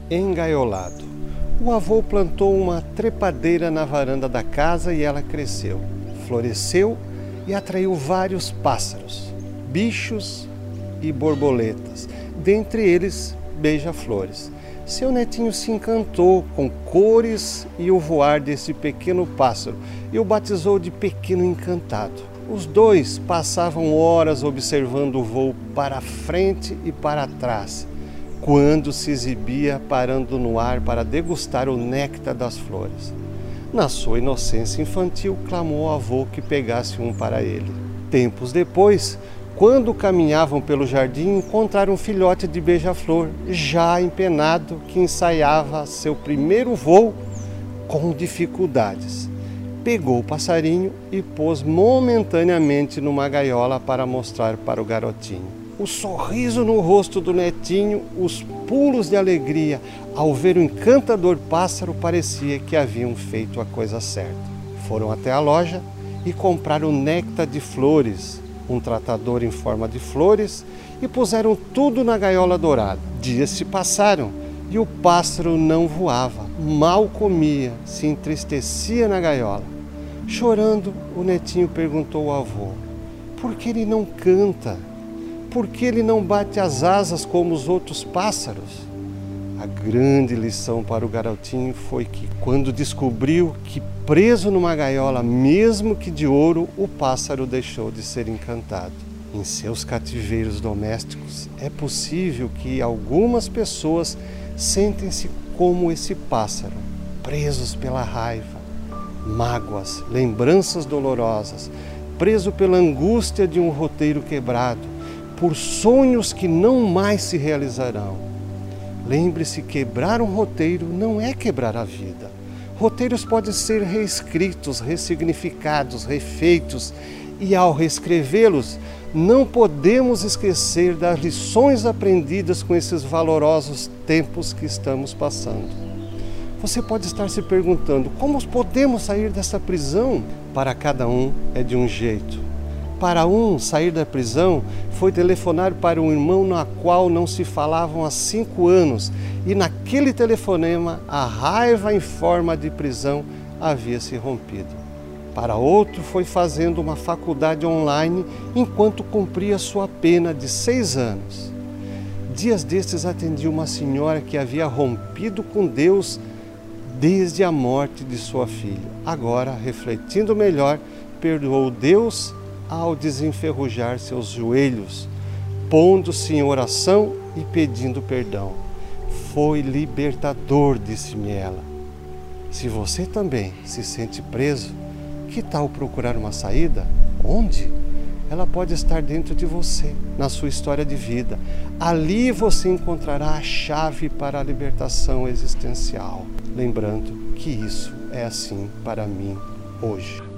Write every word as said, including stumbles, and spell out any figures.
engaiolado. O avô plantou uma trepadeira na varanda da casa e ela cresceu, floresceu e atraiu vários pássaros, bichos e borboletas, dentre eles beija-flores. Seu netinho se encantou com cores e o voar desse pequeno pássaro e o batizou de Pequeno Encantado. Os dois passavam horas observando o voo para frente e para trás, quando se exibia parando no ar para degustar o néctar das flores. Na sua inocência infantil, clamou ao avô que pegasse um para ele. Tempos depois, quando caminhavam pelo jardim, encontraram um filhote de beija-flor, já empenado, que ensaiava seu primeiro voo com dificuldades. Pegou o passarinho e pôs momentaneamente numa gaiola para mostrar para o garotinho. O sorriso no rosto do netinho, os pulos de alegria ao ver o encantador pássaro, parecia que haviam feito a coisa certa. Foram até a loja e compraram néctar de flores, um tratador em forma de flores, e puseram tudo na gaiola dourada. Dias se passaram e o pássaro não voava, mal comia, se entristecia na gaiola. Chorando, o netinho perguntou ao avô: por que ele não canta? Por que ele não bate as asas como os outros pássaros? A grande lição para o garotinho foi que, quando descobriu que preso numa gaiola, mesmo que de ouro, o pássaro deixou de ser encantado. Em seus cativeiros domésticos, é possível que algumas pessoas sentem-se como esse pássaro, presos pela raiva, mágoas, lembranças dolorosas, preso pela angústia de um roteiro quebrado, por sonhos que não mais se realizarão. Lembre-se, quebrar um roteiro não é quebrar a vida. Roteiros podem ser reescritos, ressignificados, refeitos, e ao reescrevê-los, não podemos esquecer das lições aprendidas com esses valorosos tempos que estamos passando. Você pode estar se perguntando: como podemos sair dessa prisão? Para cada um é de um jeito. Para um, sair da prisão foi telefonar para um irmão na qual não se falavam há cinco anos, e naquele telefonema a raiva em forma de prisão havia se rompido. Para outro, foi fazendo uma faculdade online enquanto cumpria sua pena de seis anos. Dias destes atendi uma senhora que havia rompido com Deus desde a morte de sua filha. Agora, refletindo melhor, perdoou Deus ao desenferrujar seus joelhos, pondo-se em oração e pedindo perdão. Foi libertador, disse-me ela. Se você também se sente preso, que tal procurar uma saída? Onde? Ela pode estar dentro de você, na sua história de vida. Ali você encontrará a chave para a libertação existencial. Lembrando que isso é assim para mim hoje.